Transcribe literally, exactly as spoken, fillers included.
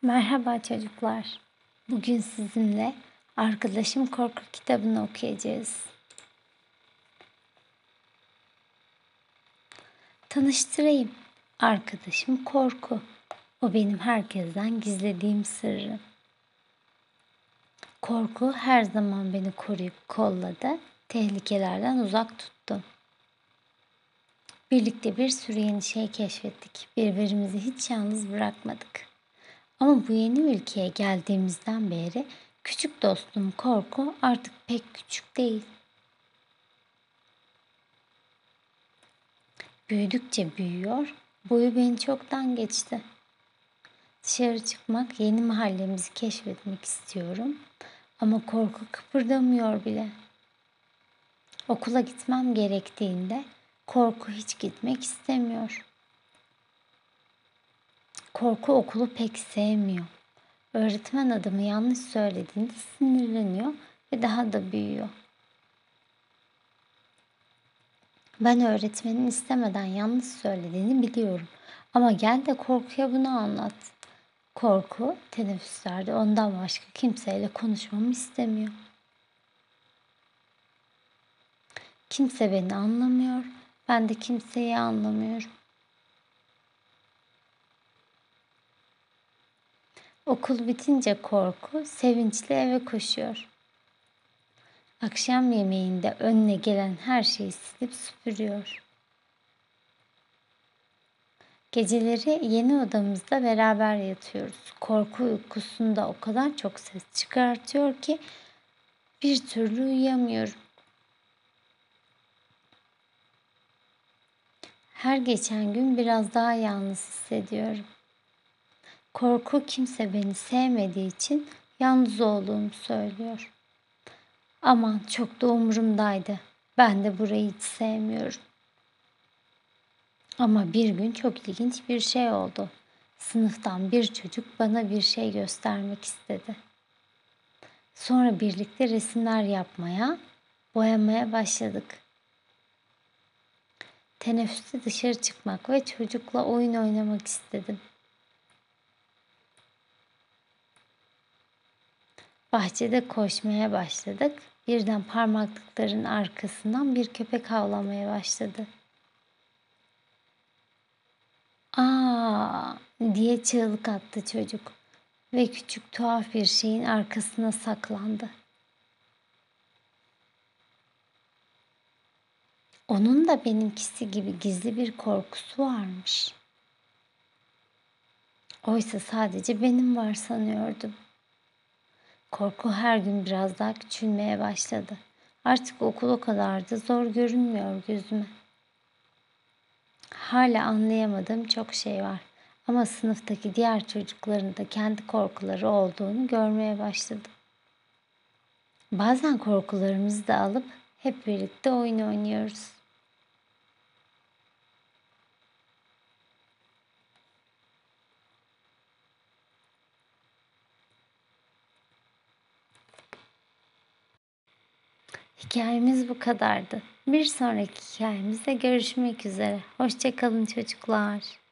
Merhaba çocuklar. Bugün sizinle Arkadaşım Korku kitabını okuyacağız. Tanıştırayım. Arkadaşım Korku. O benim herkesten gizlediğim sırrım. Korku her zaman beni koruyup kolladı, tehlikelerden uzak tuttu. Birlikte bir sürü yeni şey keşfettik. Birbirimizi hiç yalnız bırakmadık. Ama bu yeni ülkeye geldiğimizden beri küçük dostum Korku artık pek küçük değil. Büyüdükçe büyüyor, boyu beni çoktan geçti. Dışarı çıkmak, yeni mahallemizi keşfetmek istiyorum. Ama Korku kıpırdamıyor bile. Okula gitmem gerektiğinde Korku hiç gitmek istemiyor. Korku okulu pek sevmiyor. Öğretmen adımı yanlış söylediğinde sinirleniyor ve daha da büyüyor. Ben öğretmenin istemeden yanlış söylediğini biliyorum. Ama gel de Korku'ya bunu anlat. Korku teneffüslerde ondan başka kimseyle konuşmamı istemiyor. Kimse beni anlamıyor. Ben de kimseyi anlamıyorum. Okul bitince Korku sevinçle eve koşuyor. Akşam yemeğinde önüne gelen her şeyi silip süpürüyor. Geceleri yeni odamızda beraber yatıyoruz. Korku uykusunda o kadar çok ses çıkartıyor ki bir türlü uyuyamıyorum. Her geçen gün biraz daha yalnız hissediyorum. Korku kimse beni sevmediği için yalnız olduğumu söylüyor. Aman çok da umurumdaydı. Ben de burayı hiç sevmiyorum. Ama bir gün çok ilginç bir şey oldu. Sınıftan bir çocuk bana bir şey göstermek istedi. Sonra birlikte resimler yapmaya, boyamaya başladık. Teneffüste dışarı çıkmak ve çocukla oyun oynamak istedim. Bahçede koşmaya başladık. Birden parmaklıkların arkasından bir köpek havlamaya başladı. "Aa!" diye çığlık attı çocuk ve küçük tuhaf bir şeyin arkasına saklandı. Onun da benimkisi gibi gizli bir korkusu varmış. Oysa sadece benim var sanıyordum. Korku her gün biraz daha küçülmeye başladı. Artık okul o kadar da zor görünmüyor gözüme. Hala anlayamadığım çok şey var. Ama sınıftaki diğer çocukların da kendi korkuları olduğunu görmeye başladım. Bazen korkularımızı da alıp hep birlikte oyun oynuyoruz. Hikayemiz bu kadardı. Bir sonraki hikayemizde görüşmek üzere. Hoşça kalın çocuklar.